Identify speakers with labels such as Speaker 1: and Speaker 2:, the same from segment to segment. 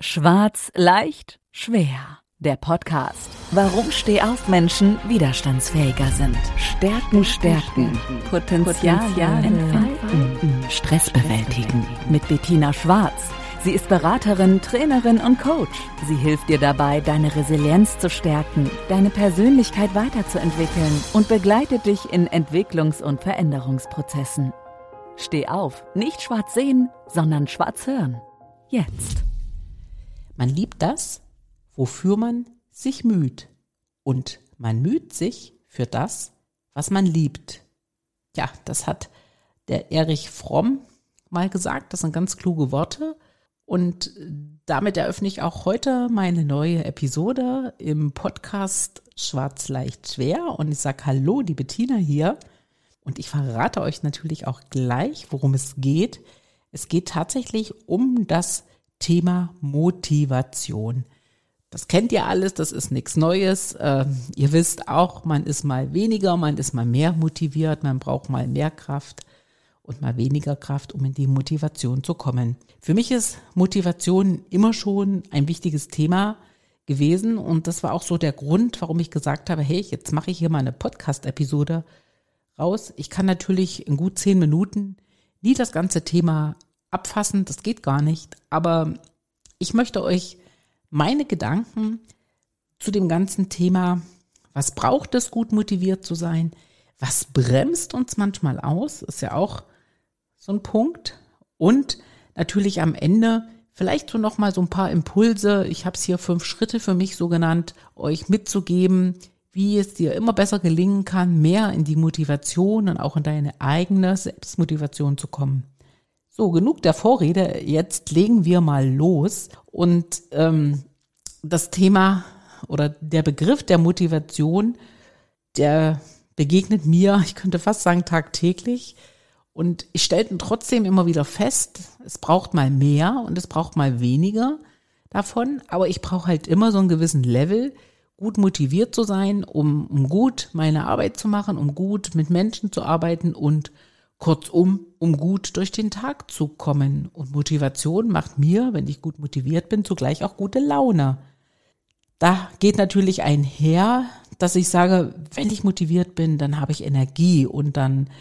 Speaker 1: Schwarz, leicht, schwer. Der Podcast. Warum Stehaufmenschen widerstandsfähiger sind. Stärken. Potenzial entfalten. Stress bewältigen. Mit Bettina Schwarz. Sie ist Beraterin, Trainerin und Coach. Sie hilft dir dabei, deine Resilienz zu stärken, deine Persönlichkeit weiterzuentwickeln und begleitet dich in Entwicklungs- und Veränderungsprozessen. Steh auf, nicht schwarz sehen, sondern schwarz hören. Jetzt.
Speaker 2: Man liebt das, wofür man sich müht. Und man müht sich für das, was man liebt. Ja, das hat der Erich Fromm mal gesagt. Das sind ganz kluge Worte. Und damit eröffne ich auch heute meine neue Episode im Podcast Schwarz, leicht, schwer. Und ich sage Hallo, die Bettina hier. Und ich verrate euch natürlich auch gleich, worum es geht. Es geht tatsächlich um das Thema Motivation. Das kennt ihr alles, das ist nichts Neues. Ihr wisst auch, man ist mal weniger, man ist mal mehr motiviert, man braucht mal mehr Kraft und mal weniger Kraft, um in die Motivation zu kommen. Für mich ist Motivation immer schon ein wichtiges Thema gewesen und das war auch so der Grund, warum ich gesagt habe, hey, jetzt mache ich hier mal eine Podcast-Episode raus. Ich kann natürlich in gut 10 Minuten nie das ganze Thema abfassen, das geht gar nicht, aber ich möchte euch meine Gedanken zu dem ganzen Thema, was braucht es, gut motiviert zu sein, was bremst uns manchmal aus, ist ja auch so ein Punkt und natürlich am Ende vielleicht so nochmal so ein paar Impulse, ich habe es hier 5 Schritte für mich so genannt, euch mitzugeben, wie es dir immer besser gelingen kann, mehr in die Motivation und auch in deine eigene Selbstmotivation zu kommen. So, genug der Vorrede, jetzt legen wir mal los und das Thema oder der Begriff der Motivation, der begegnet mir, ich könnte fast sagen tagtäglich und ich stellte trotzdem immer wieder fest, es braucht mal mehr und es braucht mal weniger davon, aber ich brauche halt immer so einen gewissen Level, gut motiviert zu sein, um gut meine Arbeit zu machen, um gut mit Menschen zu arbeiten und kurzum, um gut durch den Tag zu kommen. Und Motivation macht mir, wenn ich gut motiviert bin, zugleich auch gute Laune. Da geht natürlich einher, dass ich sage, wenn ich motiviert bin, dann habe ich Energie und dann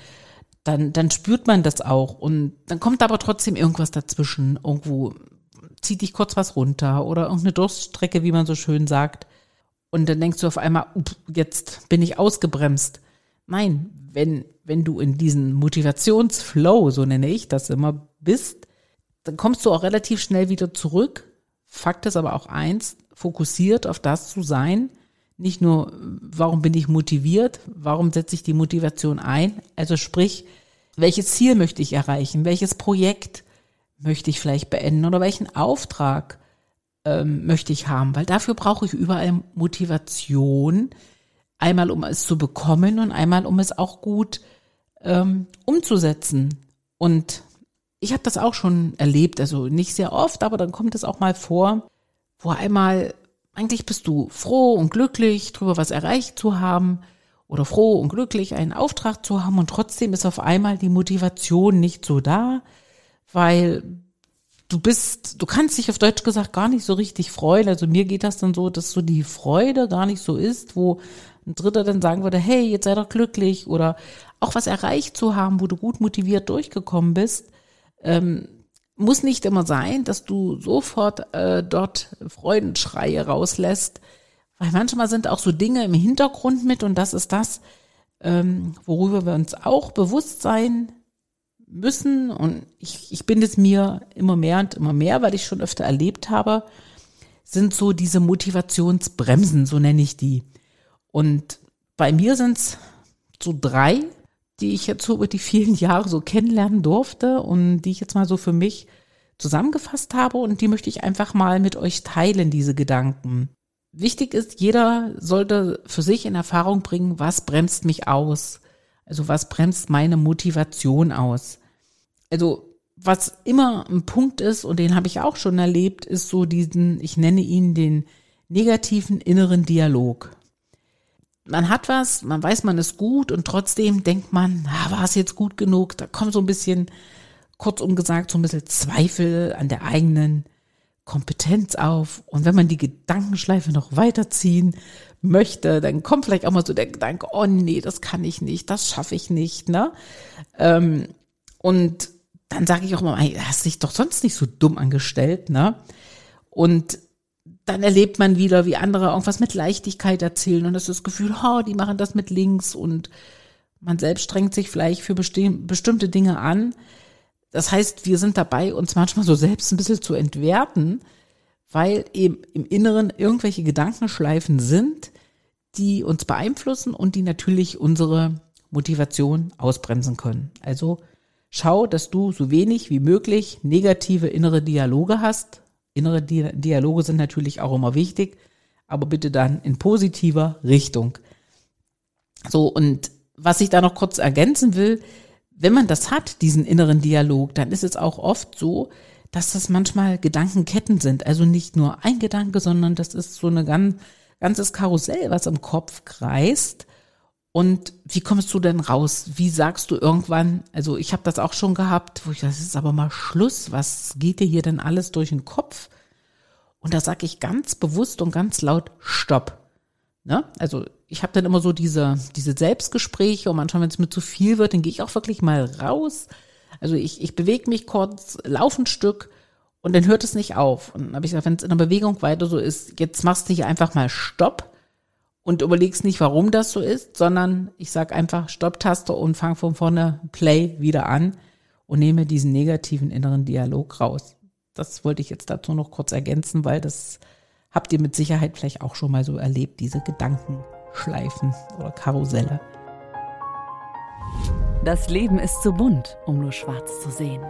Speaker 2: spürt man das auch. Und dann kommt aber trotzdem irgendwas dazwischen. Irgendwo zieht dich kurz was runter oder irgendeine Durststrecke, wie man so schön sagt. Und dann denkst du auf einmal, jetzt bin ich ausgebremst. Nein, wenn du in diesen Motivationsflow, so nenne ich das immer, bist, dann kommst du auch relativ schnell wieder zurück. Fakt ist aber auch eins, fokussiert auf das zu sein. Nicht nur, warum bin ich motiviert, warum setze ich die Motivation ein? Also sprich, welches Ziel möchte ich erreichen? Welches Projekt möchte ich vielleicht beenden? Oder welchen Auftrag möchte ich haben? Weil dafür brauche ich überall Motivation. Einmal, um es zu bekommen und einmal, um es auch gut umzusetzen. Und ich habe das auch schon erlebt, also nicht sehr oft, aber dann kommt es auch mal vor, wo einmal, eigentlich bist du froh und glücklich, darüber was erreicht zu haben oder froh und glücklich, einen Auftrag zu haben und trotzdem ist auf einmal die Motivation nicht so da, weil du kannst dich auf Deutsch gesagt gar nicht so richtig freuen. Also mir geht das dann so, dass so die Freude gar nicht so ist, wo ein Dritter dann sagen würde, hey, jetzt sei doch glücklich oder auch was erreicht zu haben, wo du gut motiviert durchgekommen bist, muss nicht immer sein, dass du sofort dort Freudenschreie rauslässt, weil manchmal sind auch so Dinge im Hintergrund mit und das ist das, worüber wir uns auch bewusst sein müssen und ich bin es mir immer mehr und immer mehr, weil ich schon öfter erlebt habe, sind so diese Motivationsbremsen, so nenne ich die. Und bei mir sind es so 3, die ich jetzt so über die vielen Jahre so kennenlernen durfte und die ich jetzt mal so für mich zusammengefasst habe und die möchte ich einfach mal mit euch teilen, diese Gedanken. Wichtig ist, jeder sollte für sich in Erfahrung bringen, was bremst mich aus? Also was bremst meine Motivation aus? Also was immer ein Punkt ist, und den habe ich auch schon erlebt, ist so diesen, ich nenne ihn den negativen inneren Dialog. Man hat was, man weiß, man ist gut und trotzdem denkt man, war es jetzt gut genug? Da kommt so ein bisschen, kurzum gesagt, so ein bisschen Zweifel an der eigenen Kompetenz auf. Und wenn man die Gedankenschleife noch weiterziehen möchte, dann kommt vielleicht auch mal so der Gedanke, oh nee, das kann ich nicht, das schaffe ich nicht, ne? Und dann sage ich auch mal, hey, hast dich doch sonst nicht so dumm angestellt, ne? Und dann erlebt man wieder, wie andere irgendwas mit Leichtigkeit erzählen und das ist das Gefühl, die machen das mit links und man selbst strengt sich vielleicht für bestimmte Dinge an. Das heißt, wir sind dabei, uns manchmal so selbst ein bisschen zu entwerten, weil eben im Inneren irgendwelche Gedankenschleifen sind, die uns beeinflussen und die natürlich unsere Motivation ausbremsen können. Also schau, dass du so wenig wie möglich negative innere Dialoge hast. Innere Dialoge sind natürlich auch immer wichtig, aber bitte dann in positiver Richtung. So, und was ich da noch kurz ergänzen will, wenn man das hat, diesen inneren Dialog, dann ist es auch oft so, dass das manchmal Gedankenketten sind. Also nicht nur ein Gedanke, sondern das ist so ein ganzes Karussell, was im Kopf kreist. Und wie kommst du denn raus? Wie sagst du irgendwann, also ich habe das auch schon gehabt, wo ich dachte, das ist aber mal Schluss, was geht dir hier denn alles durch den Kopf? Und da sage ich ganz bewusst und ganz laut, Stopp. Ne? Also ich habe dann immer so diese Selbstgespräche und manchmal, wenn es mir zu viel wird, dann gehe ich auch wirklich mal raus. Also ich bewege mich kurz, laufe ein Stück und dann hört es nicht auf. Und dann habe ich gesagt, wenn es in der Bewegung weiter so ist, jetzt machst du hier einfach mal Stopp und überlegst nicht, warum das so ist, sondern ich sage einfach Stopp-Taste und fange von vorne Play wieder an und nehme diesen negativen inneren Dialog raus. Das wollte ich jetzt dazu noch kurz ergänzen, weil das habt ihr mit Sicherheit vielleicht auch schon mal so erlebt, diese Gedankenschleifen oder Karusselle.
Speaker 1: Das Leben ist zu bunt, um nur schwarz zu sehen.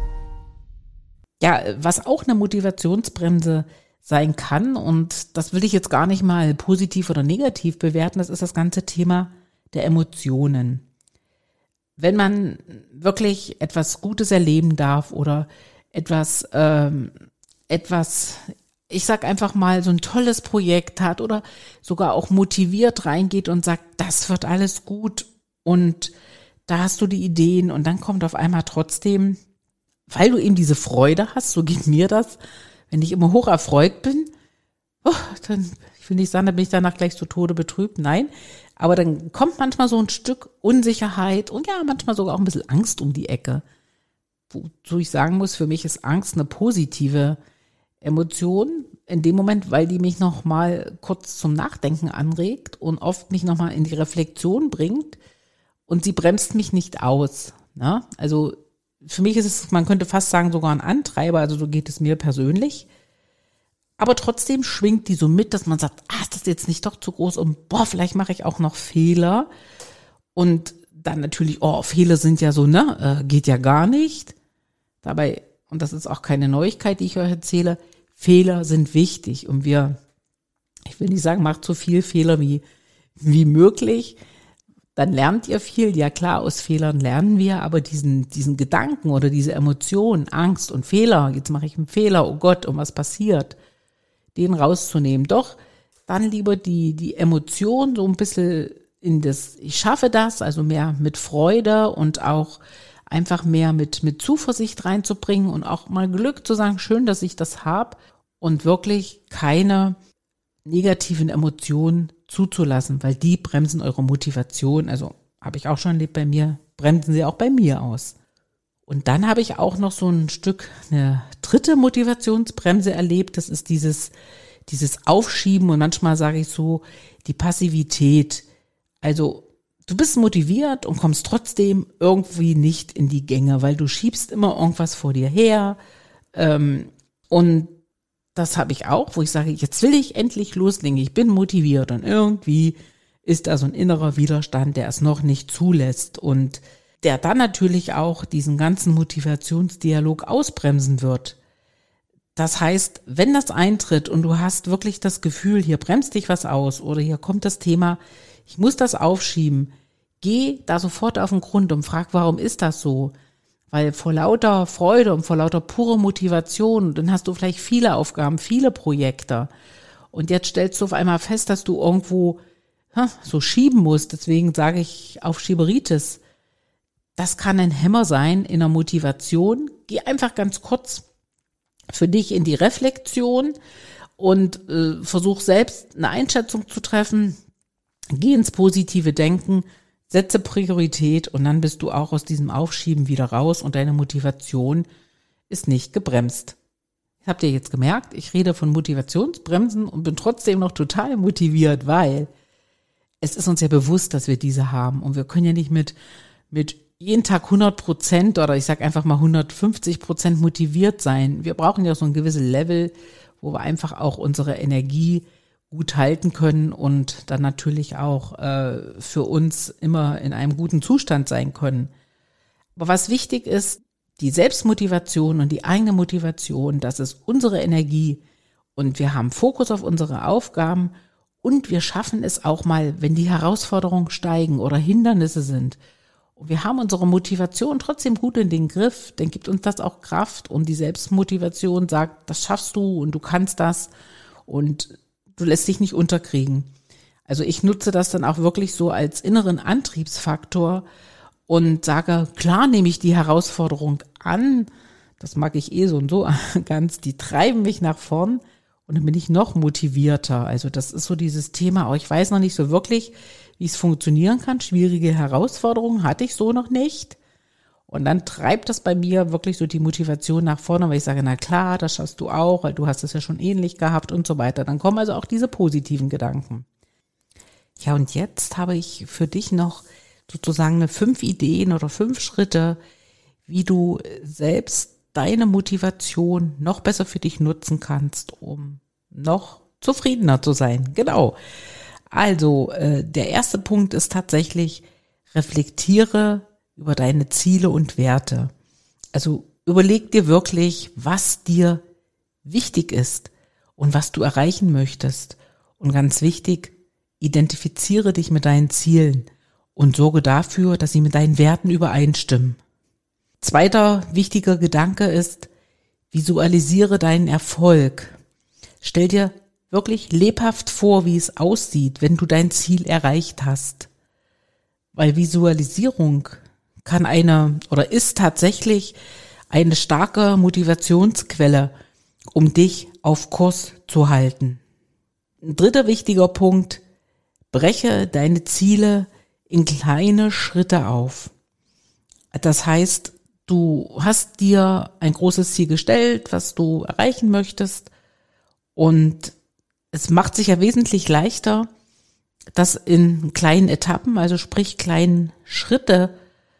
Speaker 2: Ja, was auch eine Motivationsbremse sein kann, und das will ich jetzt gar nicht mal positiv oder negativ bewerten, das ist das ganze Thema der Emotionen. Wenn man wirklich etwas Gutes erleben darf oder etwas, ich sag einfach mal, so ein tolles Projekt hat oder sogar auch motiviert reingeht und sagt, das wird alles gut und da hast du die Ideen und dann kommt auf einmal trotzdem, weil du eben diese Freude hast, so geht mir das, wenn ich immer hoch erfreut bin, dann, ich will nicht sagen, dann bin ich danach gleich zu Tode betrübt, nein, aber dann kommt manchmal so ein Stück Unsicherheit und ja, manchmal sogar auch ein bisschen Angst um die Ecke. Wozu ich sagen muss, für mich ist Angst eine positive Emotion in dem Moment, weil die mich noch mal kurz zum Nachdenken anregt und oft mich noch mal in die Reflexion bringt und sie bremst mich nicht aus. Ne? Also für mich ist es, man könnte fast sagen, sogar ein Antreiber, also so geht es mir persönlich. Aber trotzdem schwingt die so mit, dass man sagt, ist das jetzt nicht doch zu groß und vielleicht mache ich auch noch Fehler. Und dann natürlich, Fehler sind ja so, geht ja gar nicht. Dabei, und das ist auch keine Neuigkeit, die ich euch erzähle, Fehler sind wichtig und ich will nicht sagen, macht so viel Fehler wie möglich, dann lernt ihr viel. Ja klar, aus Fehlern lernen wir, aber diesen Gedanken oder diese Emotionen, Angst und Fehler, jetzt mache ich einen Fehler, oh Gott, und was passiert, den rauszunehmen. Doch dann lieber die Emotion so ein bisschen in das, ich schaffe das, also mehr mit Freude und auch einfach mehr mit Zuversicht reinzubringen und auch mal Glück zu sagen, schön, dass ich das habe und wirklich keine negativen Emotionen zuzulassen, weil die bremsen eure Motivation. Also habe ich auch schon erlebt bei mir, bremsen sie auch bei mir aus. Und dann habe ich auch noch so ein Stück eine dritte Motivationsbremse erlebt. Das ist dieses Aufschieben und manchmal sage ich so, die Passivität. Also du bist motiviert und kommst trotzdem irgendwie nicht in die Gänge, weil du schiebst immer irgendwas vor dir her. Und das habe ich auch, wo ich sage, jetzt will ich endlich loslegen, ich bin motiviert und irgendwie ist da so ein innerer Widerstand, der es noch nicht zulässt und der dann natürlich auch diesen ganzen Motivationsdialog ausbremsen wird. Das heißt, wenn das eintritt und du hast wirklich das Gefühl, hier bremst dich was aus oder hier kommt das Thema, ich muss das aufschieben, geh da sofort auf den Grund und frag, warum ist das so? Weil vor lauter Freude und vor lauter pure Motivation, dann hast du vielleicht viele Aufgaben, viele Projekte. Und jetzt stellst du auf einmal fest, dass du irgendwo so schieben musst. Deswegen sage ich Aufschieberitis. Das kann ein Hämmer sein in der Motivation. Geh einfach ganz kurz für dich in die Reflexion und versuch selbst eine Einschätzung zu treffen. Geh ins positive Denken, setze Priorität und dann bist du auch aus diesem Aufschieben wieder raus und deine Motivation ist nicht gebremst. Habt ihr jetzt gemerkt, ich rede von Motivationsbremsen und bin trotzdem noch total motiviert, weil es ist uns ja bewusst, dass wir diese haben und wir können ja nicht mit jeden Tag 100% oder ich sag einfach mal 150% motiviert sein. Wir brauchen ja so ein gewisses Level, wo wir einfach auch unsere Energie gut halten können und dann natürlich auch für uns immer in einem guten Zustand sein können. Aber was wichtig ist, die Selbstmotivation und die eigene Motivation, das ist unsere Energie und wir haben Fokus auf unsere Aufgaben und wir schaffen es auch mal, wenn die Herausforderungen steigen oder Hindernisse sind. Und wir haben unsere Motivation trotzdem gut in den Griff, dann gibt uns das auch Kraft und die Selbstmotivation sagt, das schaffst du und du kannst das und du lässt dich nicht unterkriegen. Also ich nutze das dann auch wirklich so als inneren Antriebsfaktor und sage, klar nehme ich die Herausforderung an, das mag ich so und so ganz, die treiben mich nach vorn und dann bin ich noch motivierter. Also das ist so dieses Thema, aber ich weiß noch nicht so wirklich, wie es funktionieren kann. Schwierige Herausforderungen hatte ich so noch nicht. Und dann treibt das bei mir wirklich so die Motivation nach vorne, weil ich sage, na klar, das schaffst du auch, weil du hast es ja schon ähnlich gehabt und so weiter. Dann kommen also auch diese positiven Gedanken. Ja, und jetzt habe ich für dich noch sozusagen 5 Ideen oder 5 Schritte, wie du selbst deine Motivation noch besser für dich nutzen kannst, um noch zufriedener zu sein. Genau. Also, der erste Punkt ist tatsächlich, reflektiere über deine Ziele und Werte. Also überleg dir wirklich, was dir wichtig ist und was du erreichen möchtest. Und ganz wichtig, identifiziere dich mit deinen Zielen und sorge dafür, dass sie mit deinen Werten übereinstimmen. Zweiter wichtiger Gedanke ist, visualisiere deinen Erfolg. Stell dir wirklich lebhaft vor, wie es aussieht, wenn du dein Ziel erreicht hast. Weil Visualisierung ist tatsächlich eine starke Motivationsquelle, um dich auf Kurs zu halten. Ein dritter wichtiger Punkt, breche deine Ziele in kleine Schritte auf. Das heißt, du hast dir ein großes Ziel gestellt, was du erreichen möchtest und es macht sich ja wesentlich leichter, das in kleinen Etappen, also sprich in kleinen Schritten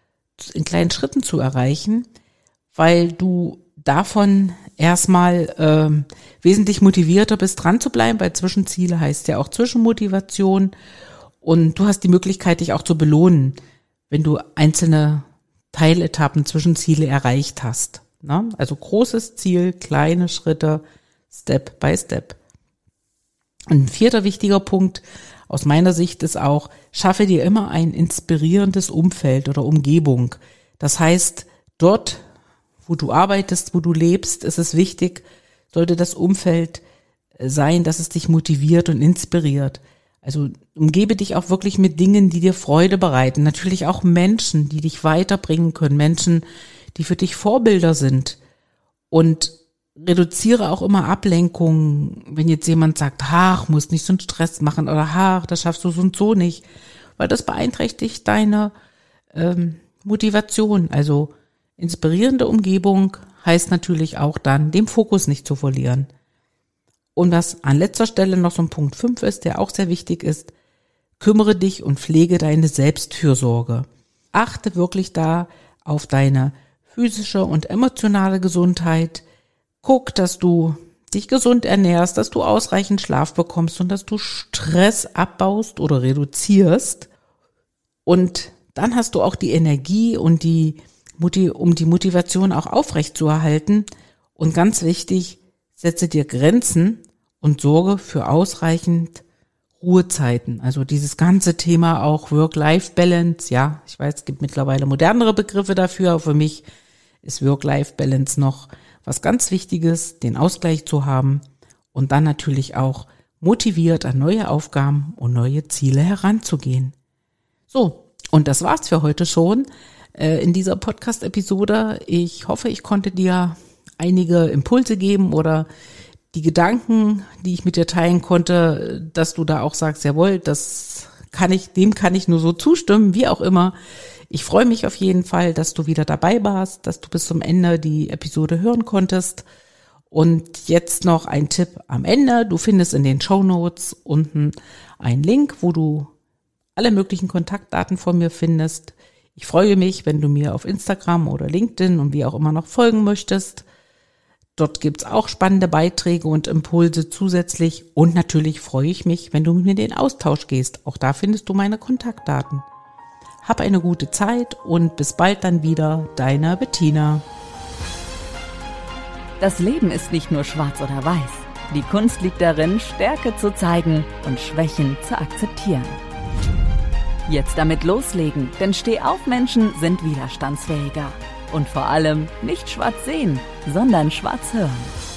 Speaker 2: zu erreichen, weil du davon erstmal wesentlich motivierter bist, dran zu bleiben, weil Zwischenziele heißt ja auch Zwischenmotivation und du hast die Möglichkeit, dich auch zu belohnen, wenn du einzelne Teiletappen, Zwischenziele erreicht hast. Ne? Also großes Ziel, kleine Schritte, Step by Step. Und ein vierter wichtiger Punkt aus meiner Sicht ist auch, schaffe dir immer ein inspirierendes Umfeld oder Umgebung. Das heißt, dort, wo du arbeitest, wo du lebst, ist es wichtig, sollte das Umfeld sein, dass es dich motiviert und inspiriert. Also umgebe dich auch wirklich mit Dingen, die dir Freude bereiten. Natürlich auch Menschen, die dich weiterbringen können. Menschen, die für dich Vorbilder sind. Und reduziere auch immer Ablenkungen, wenn jetzt jemand sagt, musst nicht so einen Stress machen oder das schaffst du so und so nicht. Weil das beeinträchtigt deine Motivation. Also inspirierende Umgebung heißt natürlich auch dann, den Fokus nicht zu verlieren. Und was an letzter Stelle noch so ein Punkt 5 ist, der auch sehr wichtig ist, kümmere dich und pflege deine Selbstfürsorge. Achte wirklich da auf deine physische und emotionale Gesundheit. Guck, dass du dich gesund ernährst, dass du ausreichend Schlaf bekommst und dass du Stress abbaust oder reduzierst. Und dann hast du auch die Energie und um die Motivation auch aufrechtzuerhalten. Und ganz wichtig, setze dir Grenzen und sorge für ausreichend Ruhezeiten. Also dieses ganze Thema auch Work-Life-Balance. Ja, ich weiß, es gibt mittlerweile modernere Begriffe dafür, aber für mich ist Work-Life-Balance noch was ganz Wichtiges, den Ausgleich zu haben und dann natürlich auch motiviert an neue Aufgaben und neue Ziele heranzugehen. So, und das war's für heute schon in dieser Podcast-Episode. Ich hoffe, ich konnte dir einige Impulse geben oder die Gedanken, die ich mit dir teilen konnte, dass du da auch sagst, jawohl, dem kann ich nur so zustimmen, wie auch immer. Ich freue mich auf jeden Fall, dass du wieder dabei warst, dass du bis zum Ende die Episode hören konntest. Und jetzt noch ein Tipp am Ende. Du findest in den Shownotes unten einen Link, wo du alle möglichen Kontaktdaten von mir findest. Ich freue mich, wenn du mir auf Instagram oder LinkedIn und wie auch immer noch folgen möchtest. Dort gibt's auch spannende Beiträge und Impulse zusätzlich. Und natürlich freue ich mich, wenn du mit mir in den Austausch gehst. Auch da findest du meine Kontaktdaten. Hab eine gute Zeit und bis bald dann wieder, deine Bettina.
Speaker 1: Das Leben ist nicht nur schwarz oder weiß. Die Kunst liegt darin, Stärke zu zeigen und Schwächen zu akzeptieren. Jetzt damit loslegen, denn Stehauf-Menschen sind widerstandsfähiger. Und vor allem nicht schwarz sehen, sondern schwarz hören.